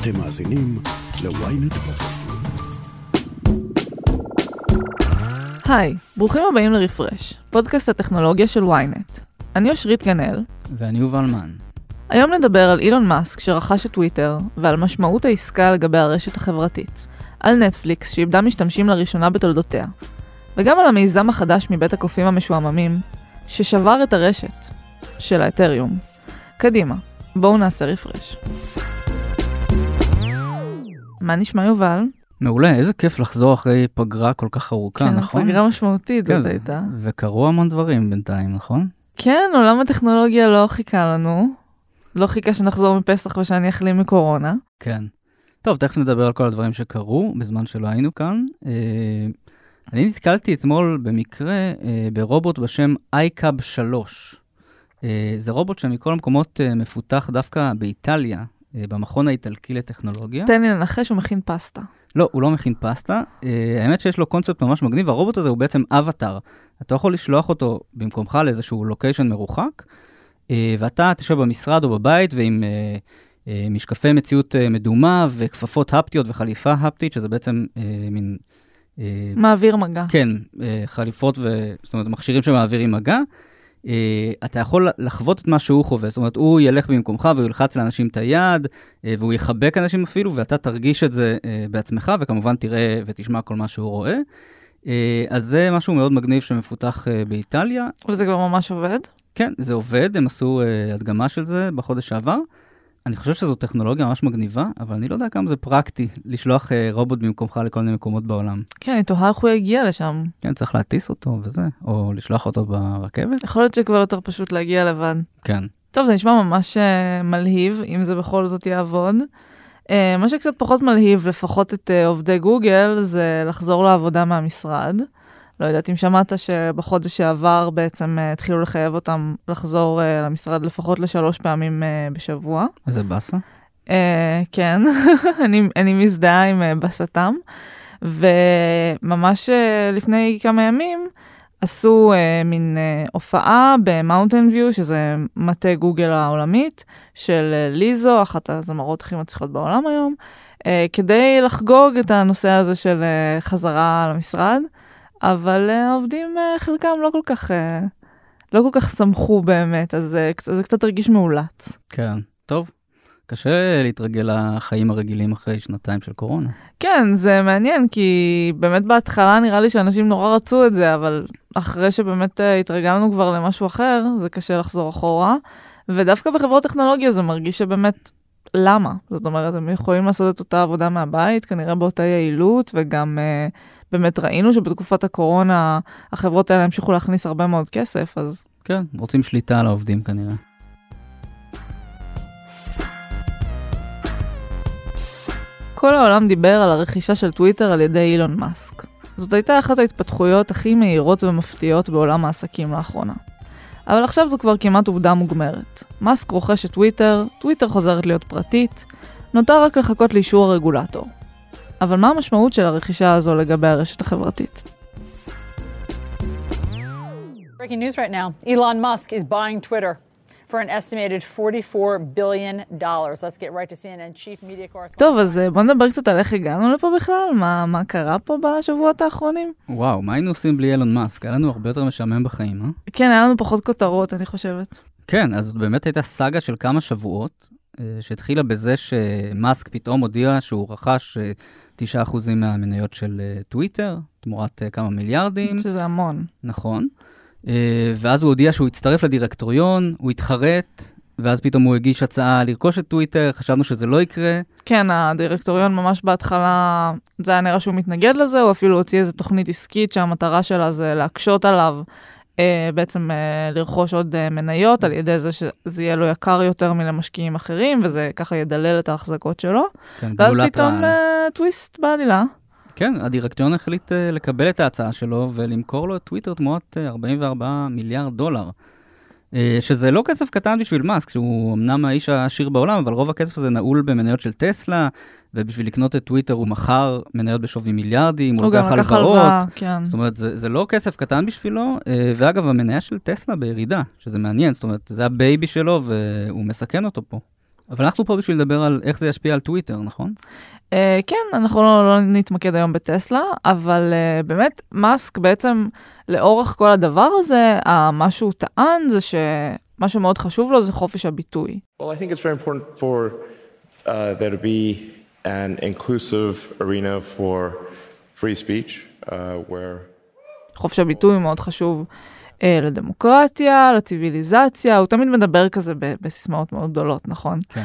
אתם מאזינים ל-ynet פודקאסט. היי, ברוכים הבאים לרפרש, פודקאסט הטכנולוגיה של ynet. אני אושרית גנאל. ואני יובל מן. היום נדבר על אילון מאסק שרכש את טוויטר, ועל משמעות העסקה לגבי הרשת החברתית. על נטפליקס שאיבדה משתמשים לראשונה בתולדותיה. וגם על המיזם החדש מבית הקופים המשועממים, ששבר את הרשת של האתריום. קדימה, בואו נעשה רפרש. מה נשמע יובל? מעולה, איזה כיף לחזור אחרי פגרה כל כך ארוכה, כן, נכון? כן, פגרה משמעותית כן, זאת הייתה. וקרו המון דברים בינתיים, נכון? כן, עולם הטכנולוגיה לא חיכה לנו. לא חיכה שנחזור מפסח ושאני אחלים מקורונה. כן. טוב, תכף נדבר על כל הדברים שקרו בזמן שלא היינו כאן. אני נתקלתי אתמול במקרה ברובוט בשם iCab 3. זה רובוט שמכל המקומות מפותח דווקא באיטליה, במכון האיטלקי לטכנולוגיה. תן לי לנחש, הוא מכין פסטה. לא, הוא לא מכין פסטה. האמת שיש לו קונספט ממש מגניב, והרובוט הזה הוא בעצם אבטר. אתה יכול לשלוח אותו במקומך לאיזשהו לוקיישן מרוחק, ואתה תשב במשרד או בבית, ועם משקפי מציאות מדומה, וכפפות הפטיות וחליפה הפטית, שזה בעצם מין... מעביר מגע. כן, חליפות זאת אומרת, מכשירים שמעבירים מגע. אתה יכול לחוות את מה שהוא חווה, זאת אומרת, הוא ילך במקומך והוא ילחץ לאנשים את היד, והוא יחבק אנשים אפילו, ואתה תרגיש את זה בעצמך, וכמובן תראה ותשמע כל מה שהוא רואה. אז זה משהו מאוד מגניב שמפותח באיטליה. וזה כבר ממש עובד? כן, זה עובד, הם עשו הדגמה של זה בחודש שעבר. אני חושב שזו טכנולוגיה ממש מגניבה, אבל אני לא יודע כמה זה פרקטי לשלוח רובוט במקומך לכל מיני מקומות בעולם. כן, אני תוהה איך הוא יגיע לשם. כן, צריך להטיס אותו וזה, או לשלוח אותו ברכבת. יכול להיות שכבר יותר פשוט להגיע לבד. כן. טוב, זה נשמע ממש מלהיב, אם זה בכל זאת יעבוד. מה שקצת פחות מלהיב, לפחות את עובדי גוגל, זה לחזור לעבודה מהמשרד. לא יודעת אם שמעת שבחודש שעבר בעצם התחילו לחייב אותם לחזור למשרד לפחות ל3 פעמים בשבוע. איזה בסה? כן, אני מזדהה עם בסתם. וממש לפני כמה ימים עשו מין הופעה במאונטן ויו, שזה מטה גוגל העולמית, של ליזו, אחת הזמרות הכי מצליחות בעולם היום, כדי לחגוג את הנושא הזה של חזרה למשרד. אבל העובדים חלקם לא כל כך שמחו באמת, אז זה קצת הרגיש מאולץ. כן, טוב. קשה להתרגל לחיים הרגילים אחרי 2 של קורונה. כן, זה מעניין, כי באמת בהתחלה נראה לי שאנשים נורא רצו את זה, אבל אחרי שבאמת התרגלנו כבר למשהו אחר, זה קשה לחזור אחורה. ודווקא בחברות טכנולוגיה זה מרגיש שבאמת, למה? זאת אומרת, הם יכולים לעשות את אותה עבודה מהבית, כנראה באותה יעילות, וגם... באמת ראינו שבתקופת הקורונה החברות האלה המשיכו להכניס הרבה מאוד כסף, אז... כן, רוצים שליטה על העובדים כנראה. כל העולם דיבר על הרכישה של טוויטר על ידי אילון מאסק. זאת הייתה אחת ההתפתחויות הכי מהירות ומפתיעות בעולם העסקים לאחרונה. אבל עכשיו זו כבר כמעט עובדה מוגמרת. מאסק רוכש את טוויטר, טוויטר חוזרת להיות פרטית, נותר רק לחכות לאישור הרגולטור. אבל מה המשמעות של הרכישה הזו לגבי הרשת החברתית? Breaking news right now. Elon Musk is buying Twitter for an estimated $44 billion. Let's get right to CNN Chief Media Correspondent. טוב, אז בוא נדבר קצת על איך הגענו לפה בכלל, מה קרה פה בשבועות האחרונים? וואו, מה היינו עושים בלי אילון מאסק? היה לנו הרבה יותר משעמם בחיים, אה? כן, היה לנו פחות כותרות, אני חושבת. כן, אז באמת הייתה סאגה של כמה שבועות, שהתחילה בזה שמאסק פתאום הודיע שהוא רכש 9% מהמניות של טוויטר, תמורת כמה מיליארדים. שזה המון. נכון. ואז הוא הודיע שהוא הצטרף לדירקטוריון, הוא התחרט, ואז פתאום הוא הגיש הצעה לרכוש את טוויטר, חשבנו שזה לא יקרה. כן, הדירקטוריון ממש בהתחלה, זה היה נראה שהוא מתנגד לזה, הוא אפילו הוציא איזו תוכנית עסקית שהמטרה שלה זה להקשות עליו, בעצם לרכוש עוד מניות, על ידי זה שזה יהיה לו יקר יותר מלמשקיעים אחרים, וזה ככה ידלל את ההחזקות שלו. כן, ואז פתאום טוויסט בעלילה. כן, הדירקטוריון החליט לקבל את ההצעה שלו, ולמכור לו את טוויטר תמורת $44 מיליארד. שזה לא כסף קטן בשביל מאסק, שהוא אמנם האיש העשיר בעולם, אבל רוב הכסף הזה נעול במניות של טסלה, ובשביל לקנות את טוויטר הוא מכר מניות בשווי מיליארדים, הוא לקח הלוואות, כן. זאת אומרת, זה לא כסף קטן בשבילו, ואגב, המניה של טסלה בירידה, שזה מעניין, זאת אומרת, זה הבייבי שלו, והוא מסכן אותו פה. אבל אנחנו פה בשביל לדבר על איך זה ישפיע על טוויטר, נכון? כן, אנחנו לא נתמקד היום בטסלה, אבל באמת, מאסק בעצם, לאורך כל הדבר הזה, מה שהוא טען זה שמשהו מאוד חשוב לו זה חופש הביטוי. Well, I think it's very important for there to be an inclusive arena for free speech, where... חופש הביטוי מאוד חשוב לדמוקרטיה, לציביליזציה, הוא תמיד מדבר כזה בסיסמאות מאוד גדולות, נכון? כן.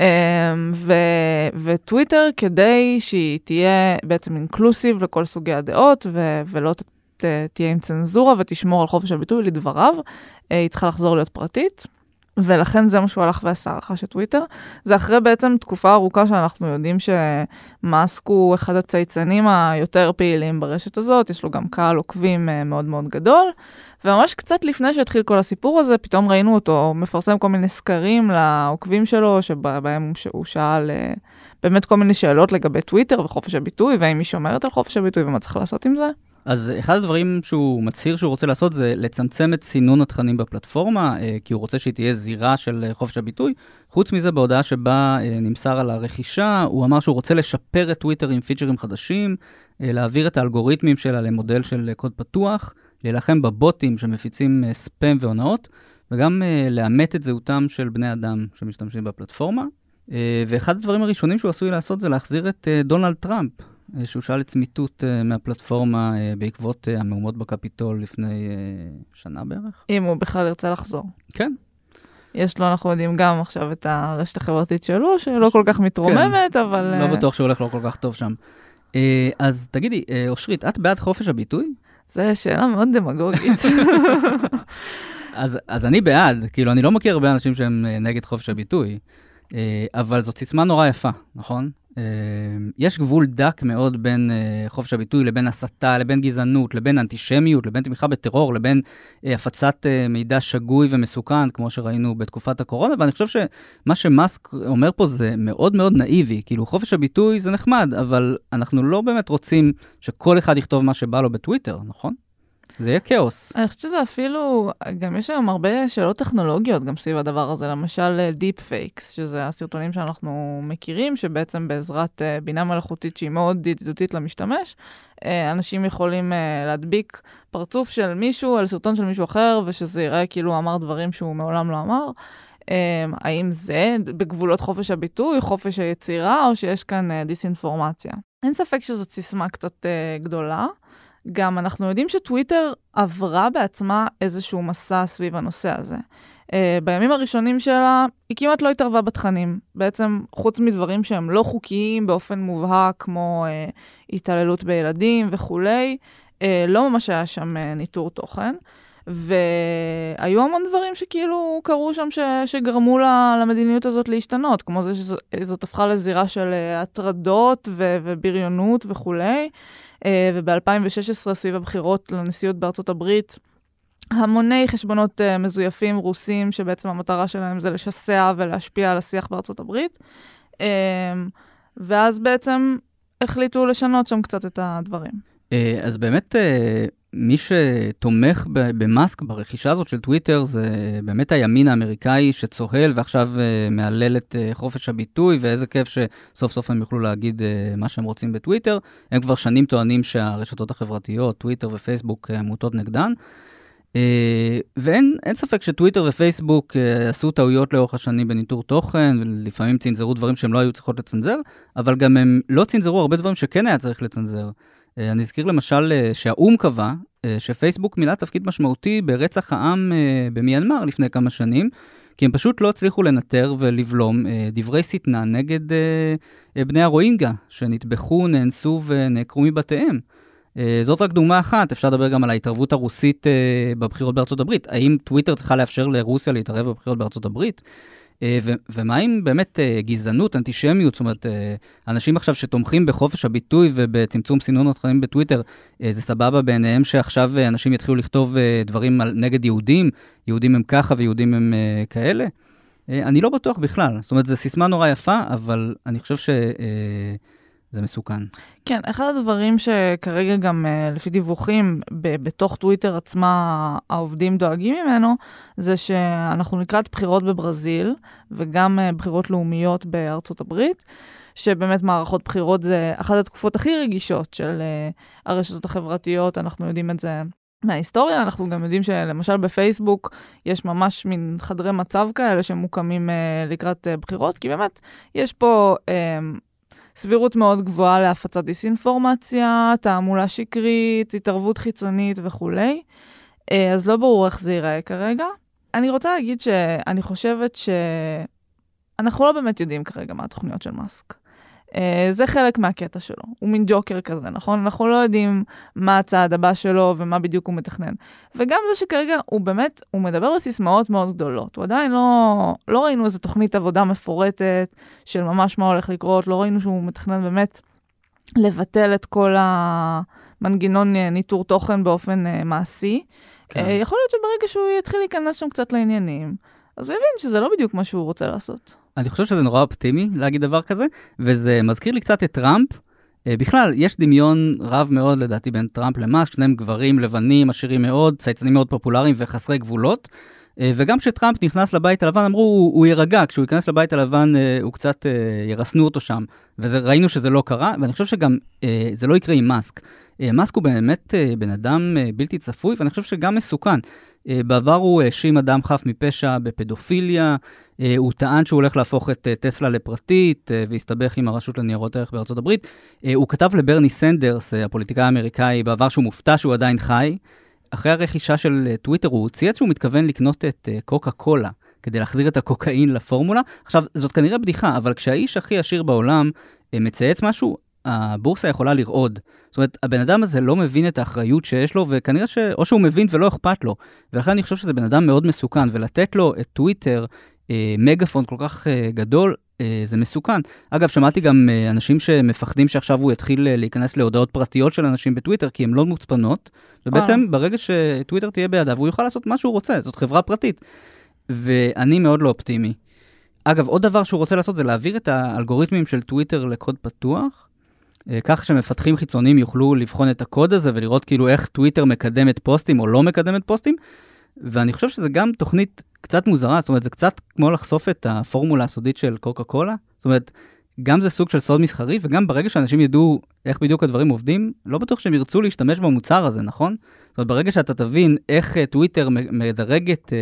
וטוויטר, כדי שהיא תהיה בעצם אינקלוסיב לכל סוגי הדעות, ולא תהיה עם צנזורה ותשמור על חופש הביטוי לדבריו, היא צריכה לחזור להיות פרטית. ולכן זה מה שהוא הלך ועשה, רכש את טוויטר. זה אחרי בעצם תקופה ארוכה שאנחנו יודעים שמאסק הוא אחד הצייצנים היותר פעילים ברשת הזאת, יש לו גם קהל עוקבים מאוד מאוד גדול, וממש קצת לפני שהתחיל כל הסיפור הזה, פתאום ראינו אותו מפרסם כל מיני סקרים לעוקבים שלו, שבהם הוא שאל באמת כל מיני שאלות לגבי טוויטר וחופש הביטוי, והאם היא שומרת על חופש הביטוי ומה צריך לעשות עם זה. אז אחד הדברים שהוא מצהיר שהוא רוצה לעשות זה לצמצם את סינון התכנים בפלטפורמה, כי הוא רוצה שהיא תהיה זירה של חופש הביטוי. חוץ מזה, בהודעה שבה נמסר על הרכישה, הוא אמר שהוא רוצה לשפר את טוויטר עם פיצ'רים חדשים, להעביר את האלגוריתמים שלה למודל של קוד פתוח, להילחם בבוטים שמפיצים ספאם והונאות, וגם לאמת את זהותם של בני אדם שמשתמשים בפלטפורמה. ואחד הדברים הראשונים שהוא עשוי לעשות זה להחזיר את דונלד טראמפ, שהוא שאל לצמיתות מהפלטפורמה בעקבות המהומות בקפיטול לפני שנה בערך. אם הוא בכלל ירצה לחזור. כן. יש לו, אנחנו יודעים גם עכשיו את הרשת החברתית שלו, שלא כל כך מתרוממת, אבל... לא בטוח שהוא הולך לא כל כך טוב שם. אז תגידי, אושרית, את בעד חופש הביטוי? זו שאלה מאוד דמגוגית. אז אני בעד, כאילו אני לא מכיר הרבה אנשים שהם נגד חופש הביטוי, אבל זאת סיסמה נורא יפה, נכון? יש גבול דק מאוד בין חופש הביטוי לבין הסתה, לבין גזענות, לבין אנטישמיות, לבין תמיכה בטרור, לבין הפצת מידע שגוי ומסוכן, כמו שראינו בתקופת הקורונה, ואני חושב שמה שמאסק אומר פה זה מאוד מאוד נאיבי, כאילו חופש הביטוי זה נחמד, אבל אנחנו לא באמת רוצים שכל אחד יכתוב מה שבא לו בטוויטר, נכון? זה יהיה כאוס. אני חושבת שזה אפילו, גם יש היום הרבה שאלות טכנולוגיות גם סביב הדבר הזה, למשל דיפ פייקס, שזה הסרטונים שאנחנו מכירים, שבעצם בעזרת בינה מלאכותית שהיא מאוד ידידותית למשתמש, אנשים יכולים להדביק פרצוף של מישהו על סרטון של מישהו אחר, ושזה יראה כאילו הוא אמר דברים שהוא מעולם לא אמר. האם זה בגבולות חופש הביטוי, חופש היצירה, או שיש כאן דיסאינפורמציה? אין ספק שזאת סיסמה קצת גדולה. גם אנחנו יודעים שטוויטר עברה בעצמה איזשהו מסע סביב הנושא הזה. בימים הראשונים שלה, היא כמעט לא התערבה בתכנים. בעצם, חוץ מדברים שהם לא חוקיים באופן מובהק, כמו התעללות בילדים וכולי, לא ממש היה שם ניטור תוכן. והיו המון דברים שכאילו קרו שם שגרמו למדיניות הזאת להשתנות, כמו זה שזאת הפכה לזירה של הטרדות ובריונות וכולי. וב-2016 סביב הבחירות לנשיאות בארצות הברית, המוני חשבונות מזויפים רוסים, שבעצם המטרה שלהם זה לשסע ולהשפיע על השיח בארצות הברית. ואז בעצם החליטו לשנות שם קצת את הדברים. אז באמת, מי שתומך במאסק ברכישה הזאת של טוויטר, זה באמת הימין האמריקאי שצוהל ועכשיו מעלל את חופש הביטוי, ואיזה כיף שסוף סוף הם יוכלו להגיד מה שהם רוצים בטוויטר. הם כבר שנים טוענים שהרשתות החברתיות, טוויטר ופייסבוק, מוטות נגדן. ואין ספק שטוויטר ופייסבוק עשו טעויות לאורך השנים בניטור תוכן, ולפעמים צנזרו דברים שהם לא היו צריכות לצנזר, אבל גם הם לא צנזרו הרבה דברים שכן היה צריך לצנזר. אני אזכיר למשל שהאום קבע שפייסבוק מילא תפקיד משמעותי ברצח העם במיינמר לפני כמה שנים, כי הם פשוט לא הצליחו לנטר ולבלום דברי שטנה נגד בני הרוהינגה, שנטבחו, נאנסו ונעקרו מבתיהם. זאת רק דוגמה אחת, אפשר לדבר גם על ההתערבות הרוסית בבחירות בארצות הברית. האם טוויטר צריכה לאפשר לרוסיה להתערב בבחירות בארצות הברית? ומה עם באמת גזענות, אנטישמיות, זאת אומרת, אנשים עכשיו שתומכים בחופש הביטוי ובצמצום סינון התכנים בטוויטר, זה סבבה בעיניהם שעכשיו אנשים יתחילו לכתוב דברים נגד יהודים, יהודים הם ככה ויהודים הם כאלה? אני לא בטוח בכלל, זאת אומרת, זו סיסמה נורא יפה, אבל אני חושב זה מסוכן. כן, אחד הדברים שכרגע גם לפי דיווחים בתוך טוויטר עצמה העובדים דואגים ממנו, זה שאנחנו לקראת בחירות בברזיל, וגם בחירות לאומיות בארצות הברית, שבאמת מערכות בחירות זה אחת התקופות הכי רגישות של הרשתות החברתיות, אנחנו יודעים את זה מההיסטוריה, אנחנו גם יודעים שלמשל בפייסבוק יש ממש מין חדרי מצב כאלה שמוקמים לקראת בחירות, כי באמת יש פה סבירות מאוד גבוהה להפצת דיסאינפורמציה, תעמולה שקרית, התערבות חיצונית וכו'. אז לא ברור איך זה ייראה כרגע. אני רוצה להגיד שאני חושבת שאנחנו לא באמת יודעים כרגע מה התוכניות של מאסק. זה חלק מהקטע שלו. הוא מין ג'וקר כזה, נכון? אנחנו לא יודעים מה הצעד הבא שלו ומה בדיוק הוא מתכנן. וגם זה שכרגע הוא באמת, הוא מדבר בסיסמאות מאוד גדולות. הוא עדיין לא ראינו איזו תוכנית עבודה מפורטת של ממש מה הולך לקרות, לא ראינו שהוא מתכנן באמת לבטל את כל המנגנון ניטור תוכן באופן מעשי. כן. יכול להיות שברגע שהוא יתחיל להיכנס שם קצת לעניינים, אז הוא יבין שזה לא בדיוק מה שהוא רוצה לעשות. אני חושב שזה נורא אופטימי להגיד דבר כזה, וזה מזכיר לי קצת את טראמפ. בכלל, יש דמיון רב מאוד לדעתי בין טראמפ למאסק, שניהם גברים לבנים, עשירים מאוד, צייצנים מאוד פופולריים וחסרי גבולות, וגם כשטראמפ נכנס לבית הלבן, אמרו, הוא יירגע, כשהוא ייכנס לבית הלבן, הוא קצת ירסנו אותו שם, וראינו שזה לא קרה, ואני חושב שגם זה לא יקרה עם מאסק. מאסק הוא באמת בן אדם בלתי צפוי, ואני חושב שגם מסוכן. בעבר הוא האשים אדם חף מפשע בפדופיליה, הוא טען שהוא הולך להפוך את טסלה לפרטית, והסתבך עם הרשות לניירות ערך בארצות הברית. הוא כתב לברני סנדרס, הפוליטיקאי האמריקאי, בעבר שהוא מופתע שהוא עדיין חי. אחרי הרכישה של טוויטר הוא צייץ שהוא מתכוון לקנות את קוקה קולה, כדי להחזיר את הקוקאין לפורמולה. עכשיו, זאת כנראה בדיחה, אבל כשהאיש הכי עשיר בעולם מצייץ משהו, הבורסה יכולה לרעוד. זאת אומרת, הבן אדם הזה לא מבין את האחריות שיש לו, וכנראה או שהוא מבין ולא אכפת לו. ולכן אני חושב שזה בן אדם מאוד מסוכן, ולתת לו את טוויטר, מגפון כל כך גדול, זה מסוכן. אגב, שמעתי גם אנשים שמפחדים שעכשיו הוא יתחיל להיכנס להודעות פרטיות של אנשים בטוויטר, כי הן לא מוצפנות, ובעצם ברגע שטוויטר תהיה בידיו, הוא יוכל לעשות מה שהוא רוצה, זאת חברה פרטית. ואני מאוד לא אופטימי. אגב, עוד דבר שהוא רוצה לעשות זה להעביר את האלגוריתמים של טוויטר לקוד פתוח, כך שמפתחים חיצוניים יוכלו לבחון את הקוד הזה ולראות כאילו איך טוויטר מקדמת פוסטים או לא מקדמת פוסטים, ואני חושב שזה גם תוכנית קצת מוזרה, זאת אומרת זה קצת כמו לחשוף את הפורמולה הסודית של קוקה קולה, זאת אומרת גם זה סוג של סוד מסחרי, וגם ברגע שאנשים ידעו איך בדיוק הדברים עובדים, לא בטוח שהם ירצו להשתמש במוצר הזה, נכון? זאת אומרת ברגע שאתה תבין איך טוויטר מדרגת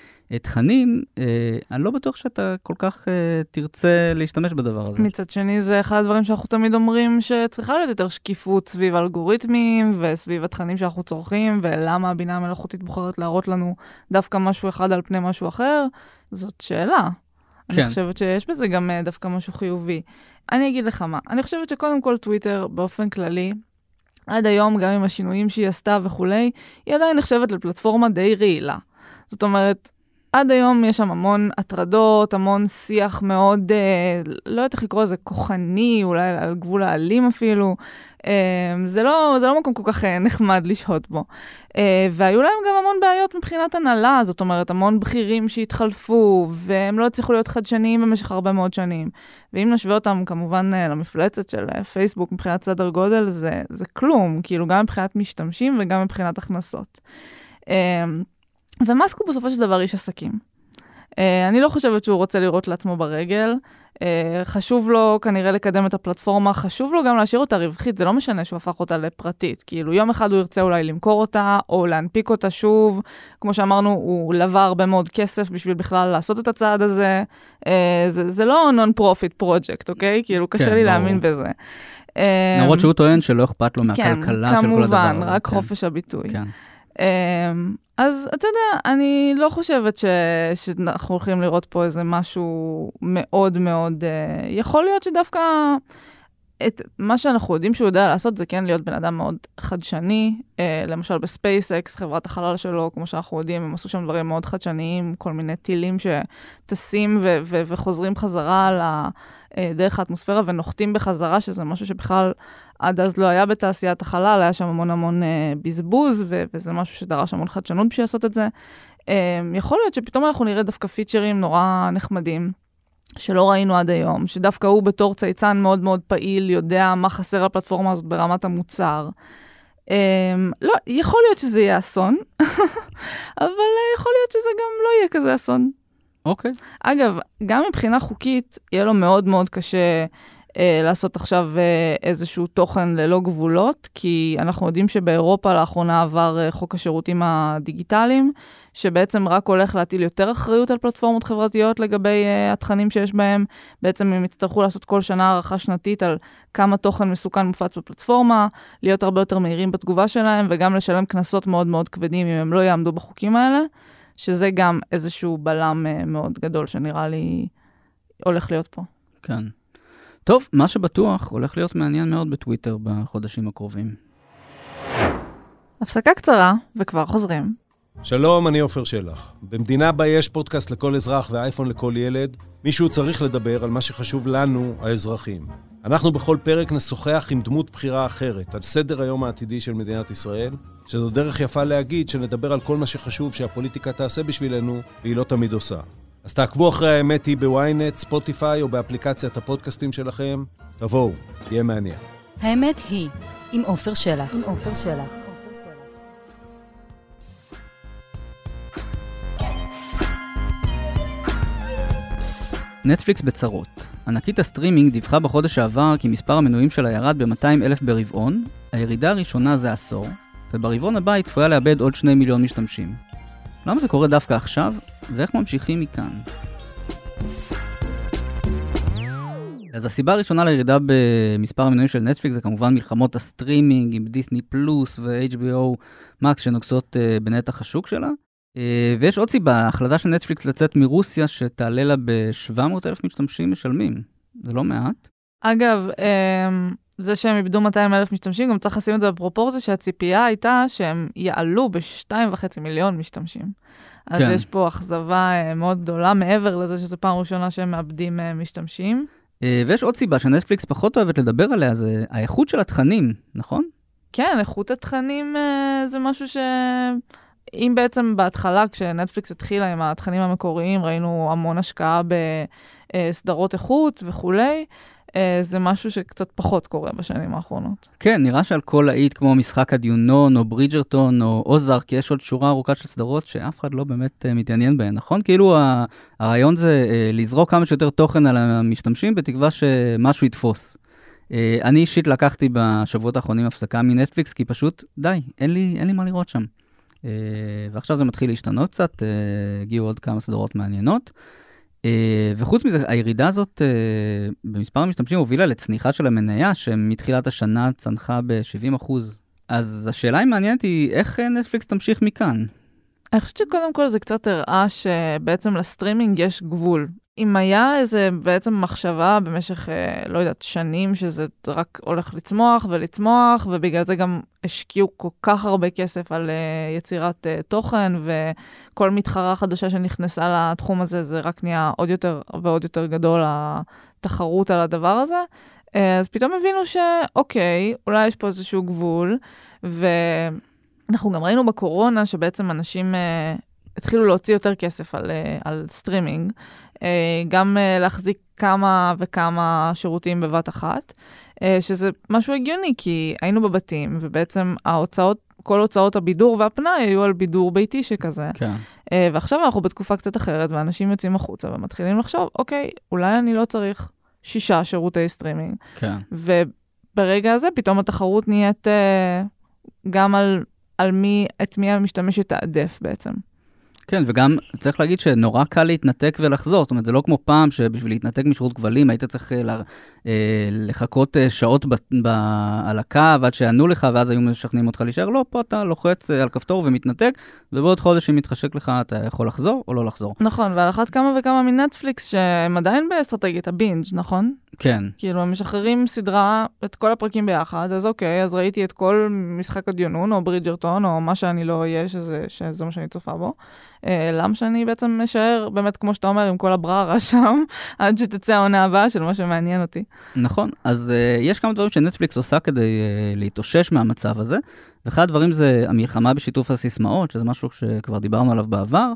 תכנים, אני לא בטוח שאתה כל כך תרצה להשתמש בדבר הזה. מצד שני, זה אחד הדברים שאנחנו תמיד אומרים שצריכה להיות יותר שקיפות סביב אלגוריתמים וסביב התכנים שאנחנו צורכים, ולמה הבינה המלאכותית בוחרת להראות לנו דווקא משהו אחד על פני משהו אחר, זאת שאלה. כן. אני חושבת שיש בזה גם דווקא משהו חיובי. אני אגיד לך מה, אני חושבת שקודם כל טוויטר באופן כללי, עד היום גם עם השינויים שהיא עשתה וכולי, היא עדיין נחשבת לפלטפורמה די רעילה. זאת אומרת, עד היום יש שם המון הטרדות, המון שיח מאוד, לא יודעת איך לקרוא לזה, כוחני, אולי על גבול האלים אפילו. זה לא מקום כל כך נחמד לשהות בו. והיו להם גם המון בעיות מבחינת הנהלה, זאת אומרת, המון בכירים שהתחלפו, והם לא הצליחו להיות חדשניים במשך הרבה מאוד שנים. ואם נשווה אותם כמובן למפלצת של פייסבוק מבחינת סדר גודל, זה כלום, כאילו גם מבחינת משתמשים וגם מבחינת הכנסות. ומאסק הוא בסופו של דבר איש עסקים. אני לא חושבת שהוא רוצה לראות לעצמו ברגל. חשוב לו כנראה לקדם את הפלטפורמה, חשוב לו גם להשאיר אותה רווחית, זה לא משנה שהוא הפך אותה לפרטית. כאילו יום אחד הוא ירצה אולי למכור אותה, או להנפיק אותה שוב. כמו שאמרנו, הוא לווה הרבה מאוד כסף בשביל בכלל לעשות את הצעד הזה. זה לא non-profit project, אוקיי? כאילו קשה לי להאמין בזה. למרות שהוא טוען שלא אכפת לו מהכלכלה של כל הדבר הזה. כמובן, רק חופש הביטוי. אז אתה יודע, אני לא חושבת שאנחנו הולכים לראות פה איזה משהו מאוד מאוד, יכול להיות שדווקא את מה שאנחנו יודעים שהוא יודע לעשות זה כן להיות בן אדם מאוד חדשני, למשל בספייסקס, חברת החלל שלו, כמו שאנחנו יודעים, הם עשו שם דברים מאוד חדשניים, כל מיני טילים שטסים וחוזרים חזרה דרך האטמוספירה ונוחתים בחזרה, שזה משהו שבכלל עד אז לא היה בתעשיית החלל, היה שם המון בזבוז, וזה משהו שדרש המון חדשנות בשביל לעשות את זה. יכול להיות שפתאום אנחנו נראה דווקא פיצ'רים נורא נחמדים, שלא ראינו עד היום, שדווקא הוא בתור צייצן מאוד מאוד פעיל, יודע מה חסר לפלטפורמה הזאת ברמת המוצר. לא, יכול להיות שזה יהיה אסון, אבל יכול להיות שזה גם לא יהיה כזה אסון. אוקיי. אגב, גם מבחינה חוקית, יהיה לו מאוד מאוד קשה לעשות עכשיו איזשהו תוכן ללא גבולות, כי אנחנו יודעים שבאירופה לאחרונה עבר חוק השירותים הדיגיטליים, שבעצם רק הולך להטיל יותר אחריות על פלטפורמות חברתיות לגבי התכנים שיש בהם. בעצם הם יצטרכו לעשות כל שנה הערכה שנתית על כמה תוכן מסוכן מופץ בפלטפורמה, להיות הרבה יותר מהירים בתגובה שלהם, וגם לשלם קנסות מאוד מאוד כבדים אם הם לא יעמדו בחוקים האלה, שזה גם איזשהו בלם מאוד גדול שנראה לי הולך להיות פה. כן. טוב, מה שבטוח הולך להיות מעניין מאוד בטוויטר בחודשים הקרובים. הפסקה קצרה, וכבר חוזרים. שלום, אני עופר שלח. במדינה בה יש פודקאסט לכל אזרח ואייפון לכל ילד, מישהו צריך לדבר על מה שחשוב לנו, האזרחים. אנחנו בכל פרק נשוחח עם דמות בחירה אחרת, על סדר היום העתידי של מדינת ישראל, שזו דרך יפה להגיד שנדבר על כל מה שחשוב שהפוליטיקה תעשה בשבילנו, והיא לא תמיד עושה. אז תעקבו אחרי האמת היא בוויינט, ספוטיפיי או באפליקציית הפודקאסטים שלכם. תבואו, יהיה מעניין. האמת היא, עם עופר שלח. נטפליקס בצרות. ענקית הסטרימינג דיווחה בחודש שעבר כי מספר המנויים שלה ירד ב-200,000 ברבעון, הירידה הראשונה זה עשור, וברבעון הבא היא צפויה לאבד עוד 2 מיליון משתמשים. למה זה קורה דווקא עכשיו, ואיך ממשיכים מכאן? אז הסיבה הראשונה לירידה במספר המנויים של נטפליקס זה כמובן מלחמות הסטרימינג עם דיסני פלוס ו-HBO מקס שנוגסות בנתח השוק שלה. ויש עוד סיבה, ההחלטה של נטפליקס לצאת מרוסיה שתעלה לה ב-700,000 משתמשים משלמים. זה לא מעט. אגב, זה שהם איבדו 200,000 משתמשים, גם צריך לשים את זה בפרופורציה שהציפייה הייתה שהם יעלו ב2.5 מיליון משתמשים. אז כן. יש פה אכזבה מאוד גדולה מעבר לזה שזו פעם ראשונה שהם מאבדים משתמשים. ויש עוד סיבה שנטפליקס פחות אוהבת לדבר עליה, זה האיכות של התכנים, נכון? כן, איכות התכנים זה משהו ש... אם בעצם בהתחלה, כשנטפליקס התחילה עם התכנים המקוריים, ראינו המון השקעה בסדרות איכות וכולי, זה משהו שקצת פחות קורה בשנים האחרונות. כן, נראה שעל כל להיט כמו משחק הדיונון או ברידג'רטון או אוזארק, יש עוד שורה ארוכה של סדרות שאף אחד לא באמת מתעניין בהן, נכון? כאילו הרעיון זה לזרוק כמה שיותר תוכן על המשתמשים בתקווה שמשהו יתפוס. אני אישית לקחתי בשבועות האחרונים הפסקה מנטפליקס, כי פשוט די, אין לי מה לראות שם. ועכשיו זה מתחיל להשתנות קצת, הגיעו עוד כמה סדרות מעניינות. וחוץ מזה, הירידה הזאת במספר המשתמשים הובילה לצניחה של המניה, שמתחילת השנה צנחה ב-70%. אז השאלה היא מעניינת היא, איך נטפליקס תמשיך מכאן? אני חושבת שקודם כל זה קצת הראה שבעצם לסטרימינג יש גבול. אם היה איזה בעצם מחשבה במשך, לא יודעת, שנים, שזה רק הולך לצמוח ולצמוח, ובגלל זה גם השקיעו כל כך הרבה כסף על יצירת תוכן, וכל מתחרה חדשה שנכנסה לתחום הזה, זה רק נהיה עוד יותר ועוד יותר גדול התחרות על הדבר הזה. אז פתאום הבינו שאוקיי, אולי יש פה איזשהו גבול, ואנחנו גם ראינו בקורונה שבעצם אנשים התחילו להוציא יותר כסף על סטרימינג, גם להחזיק כמה וכמה שירותים בבת אחת, שזה משהו הגיוני, כי היינו בבתים, ובעצם כל הוצאות הבידור והפנאי היו על בידור ביתי שכזה. כן. ועכשיו אנחנו בתקופה קצת אחרת, ואנשים יוצאים החוצה ומתחילים לחשוב, אוקיי, אולי אני לא צריך 6 שירותי סטרימינג. כן. וברגע הזה פתאום התחרות נהיית גם על את מי המשתמש יתעדף בעצם. כן, וגם צריך להגיד שנורא קל להתנתק ולחזור, זאת אומרת, זה לא כמו פעם שבשביל להתנתק משירות כבלים, היית צריך לחכות שעות על הקו עד שענו לך, ואז היו משכנעים אותך להישאר, לא, פה אתה לוחץ על כפתור ומתנתק, ובעוד חודש אם מתחשק לך, אתה יכול לחזור או לא לחזור. נכון, ועל אחת כמה וכמה מנטפליקס, שהם עדיין באסטרטגיית הבינג', נכון? כן. כאילו, הם משחררים סדרה, את כל הפרקים ביחד, אז אוקיי, אז ראיתי את כל משחק הדיונון, או ברידג'רטון, או מה שאני לא אהיה, שזה מה שאני צופה בו. למה שאני בעצם משאר, באמת כמו שאתה אומר, עם כל הבררה שם, עד שתצא העונה הבאה של מה שמעניין אותי. נכון, אז יש כמה דברים שנטפליקס עושה כדי להתאושש מהמצב הזה, ואחד הדברים זה המלחמה בשיתוף הסיסמאות, שזה משהו שכבר דיברנו עליו בעבר,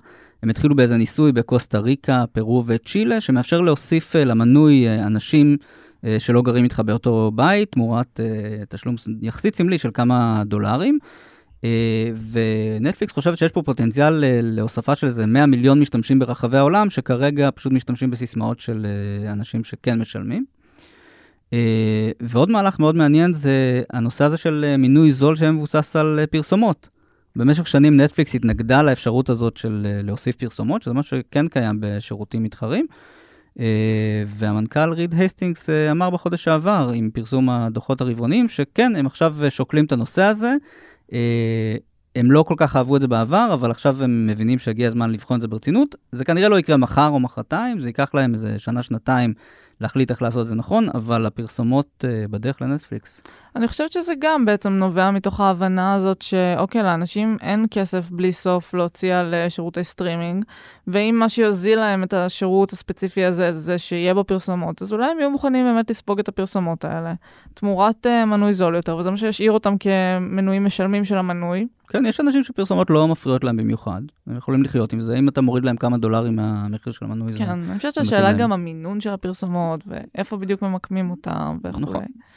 הם התחילו באיזה ניסוי בקוסטה ריקה, פרו וצ'ילה, שמאפשר להוסיף למנוי אנשים שלא גרים איתך באותו בית, תמורת תשלום יחסית סמלי של כמה דולרים. ונטפליקס חושבת שיש פה פוטנציאל להוספה של איזה 100 מיליון משתמשים ברחבי העולם, שכרגע פשוט משתמשים בסיסמאות של אנשים שכן משלמים. ועוד מהלך מאוד מעניין זה הנושא הזה של מינוי זול שמבוסס על פרסומות. במשך שנים נטפליקס התנגדה לאפשרות הזאת של להוסיף פרסומות, שזה משהו שכן קיים בשירותים מתחרים. והמנכ"ל ריד הייסטינגס אמר בחודש שעבר, עם פרסום הדוחות הרבעוניים, שכן, הם עכשיו שוקלים את הנושא הזה. הם לא כל כך אהבו את זה בעבר, אבל עכשיו הם מבינים שהגיע הזמן לבחון את זה ברצינות. זה כנראה לא יקרה מחר או מחרתיים, זה ייקח להם איזה שנה, שנתיים להחליט איך לעשות את זה נכון, אבל הפרסומות בדרך לנטפליקס. אני חושבת שזה גם בעצם נובע מתוך ההבנה הזאת שאוקיי, לאנשים אין כסף בלי סוף להוציא על שירותי סטרימינג, ואם מה שיוזיל להם את השירות הספציפי הזה, זה שיהיה בו פרסומות, אז אולי הם יהיו מוכנים באמת לספוג את הפרסומות האלה, תמורת מנוי זול יותר, וזה מה שישאיר אותם כמנויים משלמים של המנוי. כן, יש אנשים שפרסומות לא מפריעות להם במיוחד, הם יכולים לחיות עם זה, אם אתה מוריד להם כמה דולרים מהמחיר של המנוי. כן, אני חושבת שהשאלה גם המינון של הפרסומות, ואיפה בדיוק ממקמים אותם וכו'.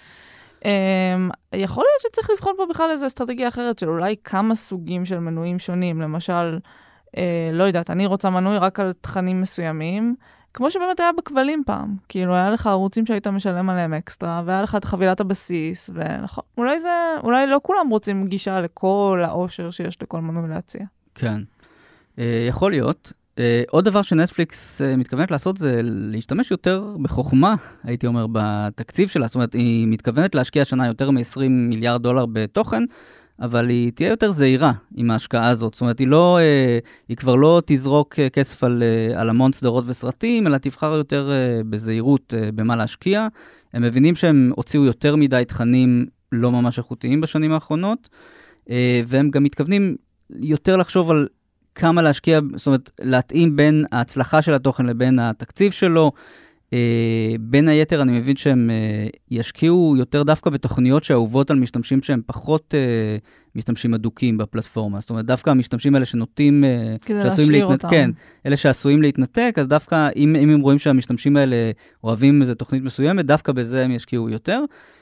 יכול להיות שצריך לבחון פה בכלל איזו אסטרטגיה אחרת של אולי כמה סוגים של מנויים שונים, למשל, לא יודעת, אני רוצה מנוי רק על תכנים מסוימים, כמו שבאמת היה בכבלים פעם, כאילו היה לך ערוצים שהיית משלם עליהם אקסטרה, והיה לך את חבילת הבסיס, ונכון, אולי לא כולם רוצים גישה לכל העושר שיש לכל מנוי להציע. כן, יכול להיות. עוד דבר שנטפליקס מתכוונת לעשות זה להשתמש יותר בחוכמה, הייתי אומר, בתקציב שלה. זאת אומרת, היא מתכוונת להשקיע השנה יותר מ-20 מיליארד דולר בתוכן, אבל היא תהיה יותר זהירה עם ההשקעה הזאת. זאת אומרת, היא כבר לא תזרוק כסף על המון סדרות וסרטים, אלא תבחר יותר בזהירות במה להשקיע. הם מבינים שהם הוציאו יותר מדי תכנים לא ממש איכותיים בשנים האחרונות, והם גם מתכוונים יותר לחשוב על כמה להשקיע, זאת אומרת, להתאים בין ההצלחה של התוכן לבין התקציב שלו. בין היתר, אני מבין שהם ישקיעו יותר דווקא בתוכניות שאהובות על משתמשים שהם פחות משתמשים אדוקים בפלטפורמה. זאת אומרת, דווקא המשתמשים האלה שנוטים, כדי להשאיר אותם. כן, אלה שעשויים להתנתק, אז דווקא אם הם רואים שהמשתמשים האלה אוהבים איזו תוכנית מסוימת, דווקא בזה הם ישקיעו יותר.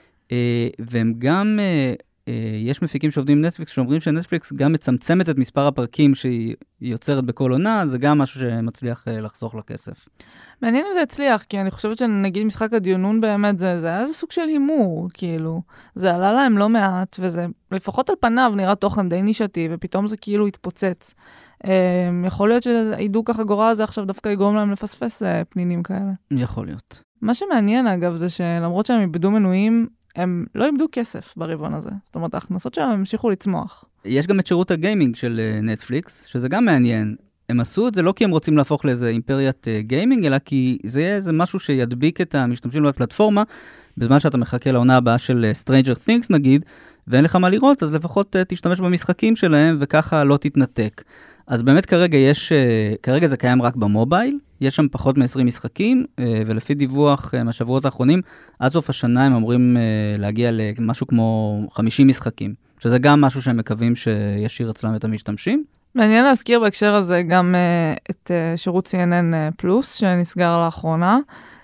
והם גם יש מפיקים שעובדים עם נטפליקס, שאומרים שנטפליקס גם מצמצמת את מספר הפרקים שהיא יוצרת בכל עונה, זה גם משהו שמצליח לחסוך לכסף. מעניין אם זה הצליח, כי אני חושבת שנגיד משחק הדיונון באמת, זה היה איזה סוג של הימור, כאילו. זה עלה להם לא מעט, וזה לפחות על פניו נראה תוכן די נישתי, ופתאום זה כאילו התפוצץ. יכול להיות שהידוק הגורל הזה עכשיו דווקא יגרום להם לפספס פנינים כאלה. יכול להיות. מה שמעניין אגב זה שלמרות שהם איבדו מנויים, הם לא איבדו כסף ברבעון הזה. זאת אומרת, ההכנסות שלהם המשיכו לצמוח. יש גם את שירות הגיימינג של נטפליקס, שזה גם מעניין. הם עשו את זה לא כי הם רוצים להפוך לאיזה אימפריית גיימינג, אלא כי זה יהיה איזה משהו שידביק את המשתמשים בפלטפורמה, בזמן שאתה מחכה לעונה הבאה של Stranger Things נגיד, ואין לך מה לראות, אז לפחות תשתמש במשחקים שלהם, וככה לא תתנתק. אז באמת כרגע זה קיים רק במובייל, יש שם פחות מ-20 משחקים, ולפי דיווח מהשבועות האחרונים, עד סוף השנה הם אמורים להגיע למשהו כמו 50 משחקים, שזה גם משהו שהם מקווים שישאיר אצלם את המשתמשים. מעניין להזכיר בהקשר הזה גם את שירות CNN פלוס שנסגר לאחרונה.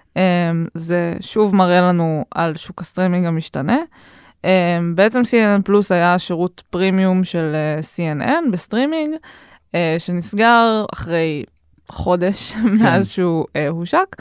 זה שוב מראה לנו על שוק הסטרימינג המשתנה. בעצם CNN פלוס היה שירות פרימיום של CNN בסטרימינג, שנסגר אחרי חודש מאז שהוא הושק.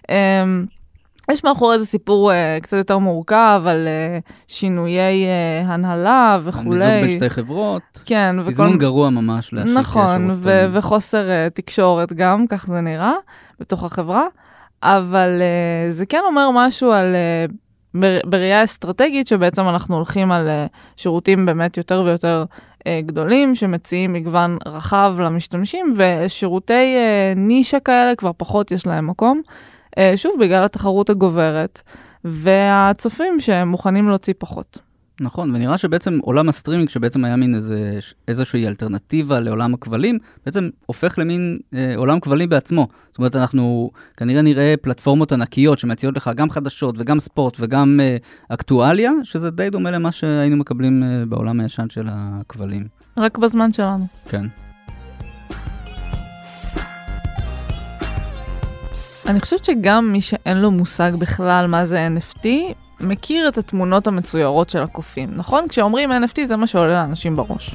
יש מאחורי איזה סיפור קצת יותר מורכב על שינויי הנהלה וכולי. המיזוג בין שתי חברות. כן. תזמון גרוע ממש להשיק שירות סטרימינג. נכון, וחוסר תקשורת גם, כך זה נראה, בתוך החברה. אבל זה כן אומר משהו על, בראייה אסטרטגית, שבעצם אנחנו הולכים על שירותים באמת יותר ויותר גדולים, שמציעים מגוון רחב למשתמשים, ושירותי נישה כאלה כבר פחות יש להם מקום. שוב, בגלל התחרות הגוברת, והצופים שהם מוכנים להוציא פחות. נכון, ונראה שבעצם עולם הסטרימינג, שבעצם היה מין איזושהי אלטרנטיבה לעולם הכבלים, בעצם הופך למין עולם כבלים בעצמו. זאת אומרת, אנחנו כנראה נראה פלטפורמות ענקיות שמציעות לך גם חדשות וגם ספורט וגם אקטואליה, שזה די דומה למה שהיינו מקבלים בעולם הישן של הכבלים. רק בזמן שלנו. כן. אני חושבת שגם מי שאין לו מושג בכלל מה זה NFT, מכיר את התמונות המצוירות של הקופים, נכון? כשאומרים NFT זה מה שעולה לאנשים בראש.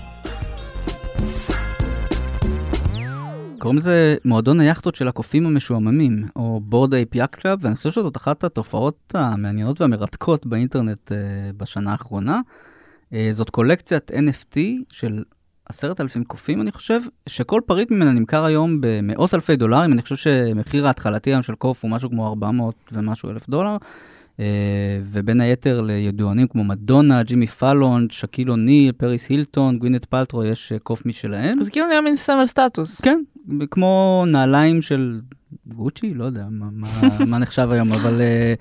קוראים לזה מועדון היאכטות של הקופים המשועממים, או בורד אייפ יאכט קלאב, ואני חושב שזאת אחת התופעות המעניינות והמרתקות באינטרנט בשנה האחרונה. זאת קולקציית NFT של 10,000 קופים, אני חושב, שכל פריט ממנה נמכר היום במאות אלפי דולרים. אני חושב שמחיר ההתחלתי היום של קוף הוא משהו כמו 400 ומשהו אלף דולר, ובין היתר לידוענים כמו מדונה, ג'ימי פאלון, שקיל אוניל, פריס הילטון, גווינט פלטרו, יש קוף משלהם. אז כאילו נהיה מין סמל סטטוס. כן, כמו נעליים של גוצ'י, לא יודע מה נחשב היום, אבל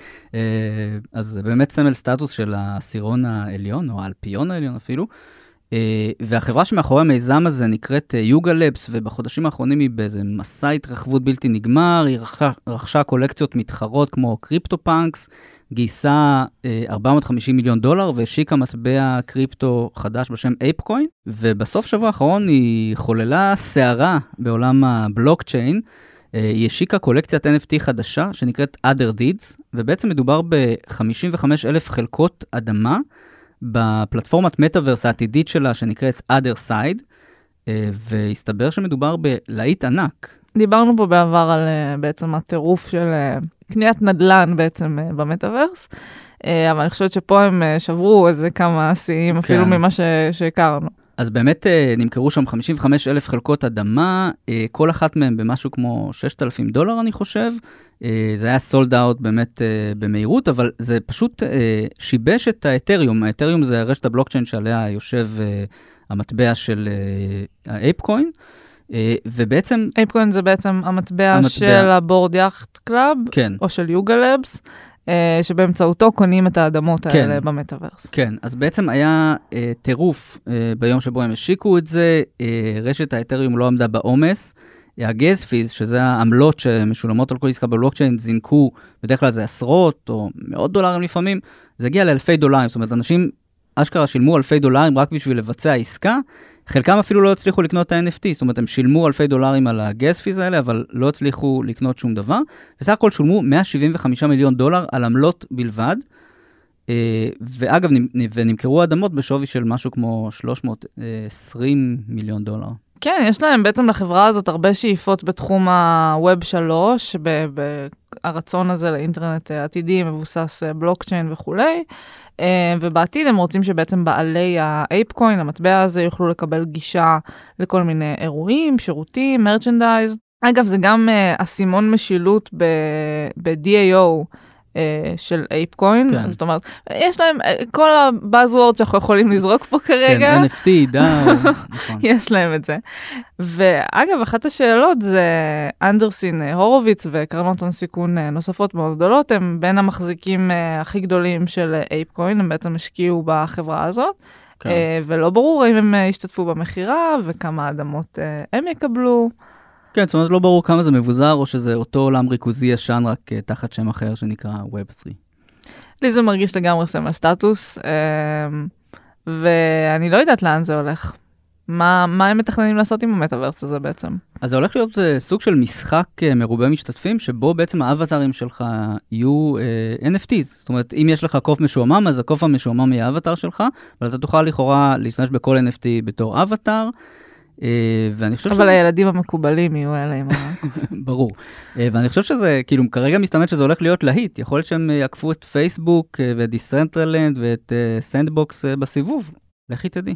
אז זה באמת סמל סטטוס של העשירון העליון, או האלפיון העליון אפילו. והחברה שמאחורי המיזם הזה נקראת יוגה לבס, ובחודשים האחרונים היא באיזה מסע התרחבות בלתי נגמר, היא רכשה קולקציות מתחרות כמו קריפטו פאנקס, גייסה $450 מיליון, והשיקה מטבע קריפטו חדש בשם אייפקוין, ובסוף שבוע האחרון היא חוללה סערה בעולם הבלוקצ'יין, היא השיקה קולקציית NFT חדשה שנקראת Other Deeds, ובעצם מדובר ב-55,000 חלקות אדמה, בפלטפורמת מטאברס העתידית שלה שנקראת Other Side, והסתבר שמדובר בלהיט ענק. דיברנו פה בעבר על בעצם הטירוף של קניית נדל"ן בעצם במטאברס, אבל אני חושבת שפה הם שברו איזה כמה שיאים אפילו ממה שהכרנו. אז באמת נמכרו שם 55,000 חלקות אדמה, כל אחת מהן במשהו כמו $6,000 אני חושב, זה היה סולד אאוט באמת במהירות, אבל זה פשוט שיבש את האתריום. האתריום זה רשת הבלוקצ'יין שעליה יושב המטבע של האייפקוין, ובעצם... אייפקוין זה בעצם המטבע של הבורד יאכט קלאב, כן. או של יוגה לבס, שבאמצעותו קונים את האדמות האלה במטאברס. כן, אז בעצם היה טירוף ביום שבו הם השיקו את זה, רשת האתריום לא עמדה בעומס, הגז פיז, שזה העמלות שמשולמות על כל עסקה בבלוקצ'יין, זינקו, בדרך כלל זה עשרות או מאות דולרים לפעמים, זה הגיע לאלפי דולרים, זאת אומרת, אנשים אשכרה שילמו אלפי דולרים רק בשביל לבצע עסקה, חלקם אפילו לא הצליחו לקנות את ה-NFT, זאת אומרת, הם שילמו אלפי דולרים על הגז פיז האלה, אבל לא הצליחו לקנות שום דבר, בסך הכל שולמו $175 מיליון על עמלות בלבד, ואגב, ונמכרו אדמות בשווי של משהו כמו $320 מיליון. כן, יש להם בעצם לחברה הזאת הרבה שאיפות בתחום ה-Web 3, הרצון הזה לאינטרנט עתידי, מבוסס בלוקצ'יין וכולי, ובעתיד הם רוצים שבעצם בעלי האייפקוין, המטבע הזה, יוכלו לקבל גישה לכל מיני אירועים, שירותים, מרצ'נדייז. אגב, זה גם הסימון משילות ב-DAO, של אייפקוין, כן. זאת אומרת, יש להם כל הבאזוורד שאנחנו יכולים לזרוק פה כרגע. כן, NFT, DAO, נכון. יש להם את זה. ואגב, אחת השאלות זה אנדרסין הורוביץ וקרנות הון סיכון נוספות מאוד גדולות, הם בין המחזיקים הכי גדולים של אייפקוין, הם בעצם השקיעו בחברה הזאת, כן. ולא ברור אם הם ישתתפו במחירה וכמה אדמות הם יקבלו. כן, זאת אומרת, לא ברור כמה זה מבוזר, או שזה אותו עולם ריכוזי ישן, רק תחת שם אחר שנקרא Web3. לי זה מרגיש לגמרי סמל סטטוס, ואני לא יודעת לאן זה הולך. מה הם מתכננים לעשות עם המטאברס הזה בעצם? אז זה הולך להיות סוג של משחק מרובה משתתפים, שבו בעצם האבטרים שלך יהיו NFTs. זאת אומרת, אם יש לך קוף משועמם, אז הקוף המשועמם יהיה האבטר שלך, אבל אתה תוכל לכאורה להשתמש בכל NFT בתור אבטר, אבל הילדים המקובלים יהיו אלה עם ברור. ואני חושב שזה, כאילו, כרגע מסתמן שזה הולך להיות להיט. יכול להיות שהם יקפו את פייסבוק ואת דיסנטרלנד ואת סנדבוקס בסיבוב. לכי תדעי.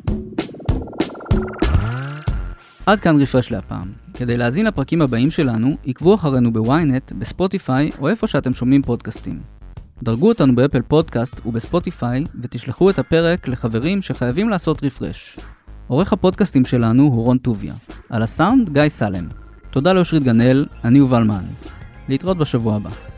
עד כאן רפרש להפעם. כדי להזין לפרקים הבאים שלנו, עקבו אחרינו בוויינט, בספוטיפיי או איפה שאתם שומעים פודקאסטים. דרגו אותנו באפל פודקאסט ובספוטיפיי ותשלחו את הפרק לחברים שחייבים לעשות רפרש. עורך הפודקאסטים שלנו הוא רון טוביה. על הסאונד, גיא סלם. תודה לאושרית גנאל, אני יובל מן. להתראות בשבוע הבא.